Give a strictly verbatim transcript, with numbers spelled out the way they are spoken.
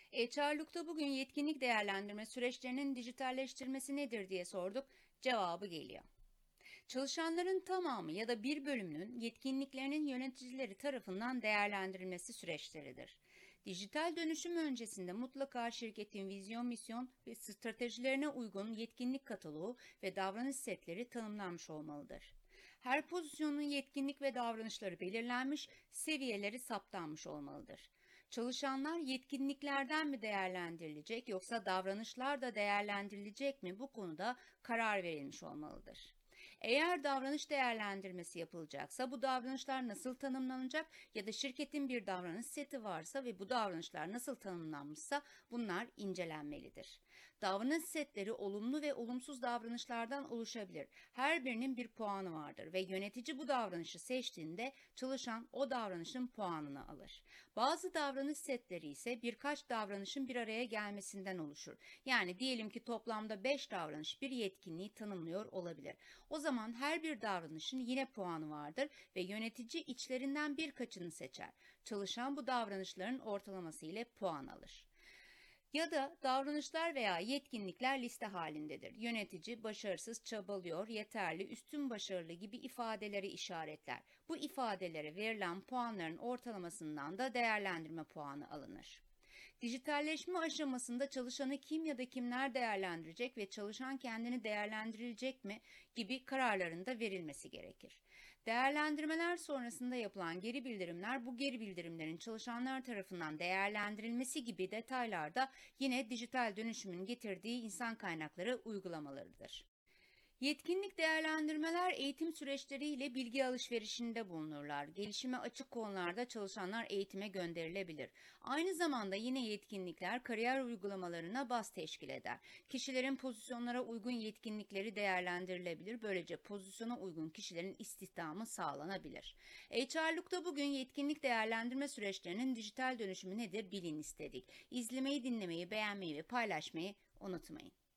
H R'lukta bugün yetkinlik değerlendirme süreçlerinin dijitalleştirmesi nedir diye sorduk. Cevabı geliyor. Çalışanların tamamı ya da bir bölümünün yetkinliklerinin yöneticileri tarafından değerlendirilmesi süreçleridir. Dijital dönüşüm öncesinde mutlaka şirketin vizyon, misyon ve stratejilerine uygun yetkinlik kataloğu ve davranış setleri tanımlanmış olmalıdır. Her pozisyonun yetkinlik ve davranışları belirlenmiş, seviyeleri saptanmış olmalıdır. Çalışanlar yetkinliklerden mi değerlendirilecek yoksa davranışlar da değerlendirilecek mi, bu konuda karar verilmiş olmalıdır. Eğer davranış değerlendirmesi yapılacaksa bu davranışlar nasıl tanımlanacak ya da şirketin bir davranış seti varsa ve bu davranışlar nasıl tanımlanmışsa bunlar incelenmelidir. Davranış setleri olumlu ve olumsuz davranışlardan oluşabilir. Her birinin bir puanı vardır ve yönetici bu davranışı seçtiğinde çalışan o davranışın puanını alır. Bazı davranış setleri ise birkaç davranışın bir araya gelmesinden oluşur. Yani diyelim ki toplamda beş davranış bir yetkinliği tanımlıyor olabilir. O zaman her bir davranışın yine puanı vardır ve yönetici içlerinden birkaçını seçer. Çalışan bu davranışların ortalaması ile puan alır. Ya da davranışlar veya yetkinlikler liste halindedir. Yönetici başarısız, çabalıyor, yeterli, üstün başarılı gibi ifadeleri işaretler. Bu ifadelere verilen puanların ortalamasından da değerlendirme puanı alınır. Dijitalleşme aşamasında çalışanı kim ya da kimler değerlendirecek ve çalışan kendini değerlendirilecek mi gibi kararların da verilmesi gerekir. Değerlendirmeler sonrasında yapılan geri bildirimler, bu geri bildirimlerin çalışanlar tarafından değerlendirilmesi gibi detaylarda yine dijital dönüşümün getirdiği insan kaynakları uygulamalarıdır. Yetkinlik değerlendirmeler eğitim süreçleriyle bilgi alışverişinde bulunurlar. Gelişime açık konularda çalışanlar eğitime gönderilebilir. Aynı zamanda yine yetkinlikler kariyer uygulamalarına baz teşkil eder. Kişilerin pozisyonlara uygun yetkinlikleri değerlendirilebilir. Böylece pozisyona uygun kişilerin istihdamı sağlanabilir. H R'lukta bugün yetkinlik değerlendirme süreçlerinin dijital dönüşümü nedir bilin istedik. İzlemeyi, dinlemeyi, beğenmeyi ve paylaşmayı unutmayın.